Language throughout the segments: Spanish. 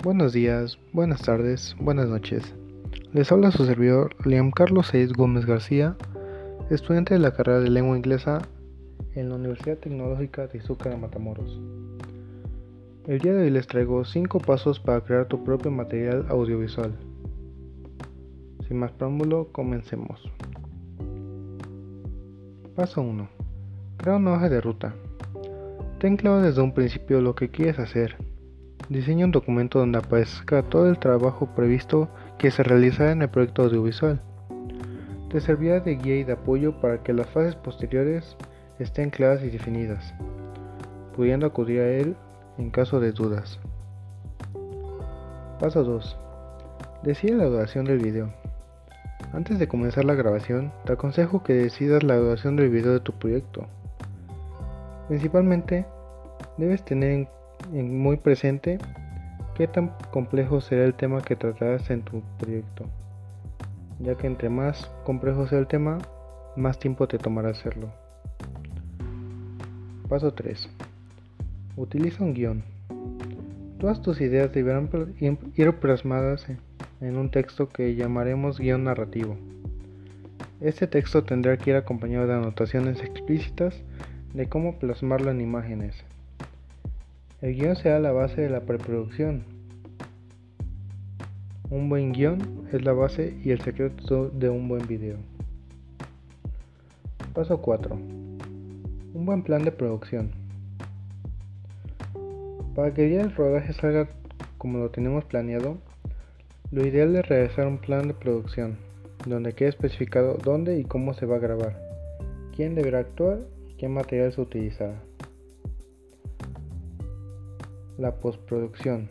Buenos días, buenas tardes, buenas noches. Les habla su servidor Liam Carlos Saiz Gómez García, estudiante de la carrera de lengua inglesa en la Universidad Tecnológica de Izúcar de Matamoros. El día de hoy les traigo 5 pasos para crear tu propio material audiovisual. Sin más preámbulo, comencemos. Paso 1. Crea una hoja de ruta. Ten claro desde un principio lo que quieres hacer. Diseña un documento donde aparezca todo el trabajo previsto que se realizará en el proyecto audiovisual. Te servirá de guía y de apoyo para que las fases posteriores estén claras y definidas, pudiendo acudir a él en caso de dudas. Paso 2. Decide la duración del video. Antes de comenzar la grabación, te aconsejo que decidas la duración del video de tu proyecto. Principalmente, debes tener muy presente qué tan complejo será el tema que tratarás en tu proyecto, ya que entre más complejo sea el tema, más tiempo te tomará hacerlo. Paso 3. Utiliza un guión. Todas tus ideas deberán ir plasmadas en un texto que llamaremos guión narrativo. Este texto tendrá que ir acompañado de anotaciones explícitas de cómo plasmarlo en imágenes. El guión será la base de la preproducción. Un buen guión es la base y el secreto de un buen video. Paso 4. Un buen plan de producción. Para que el día del rodaje salga como lo tenemos planeado, lo ideal es realizar un plan de producción, donde quede especificado dónde y cómo se va a grabar, quién deberá actuar y qué material se utilizará. La postproducción.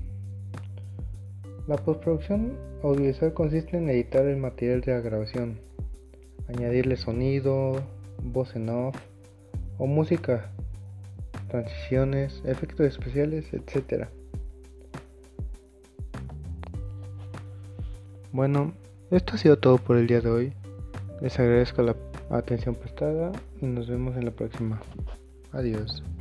La postproducción audiovisual consiste en editar el material de la grabación, añadirle sonido, voz en off o música, transiciones, efectos especiales, etc. Bueno, esto ha sido todo por el día de hoy. Les agradezco la atención prestada y nos vemos en la próxima. Adiós.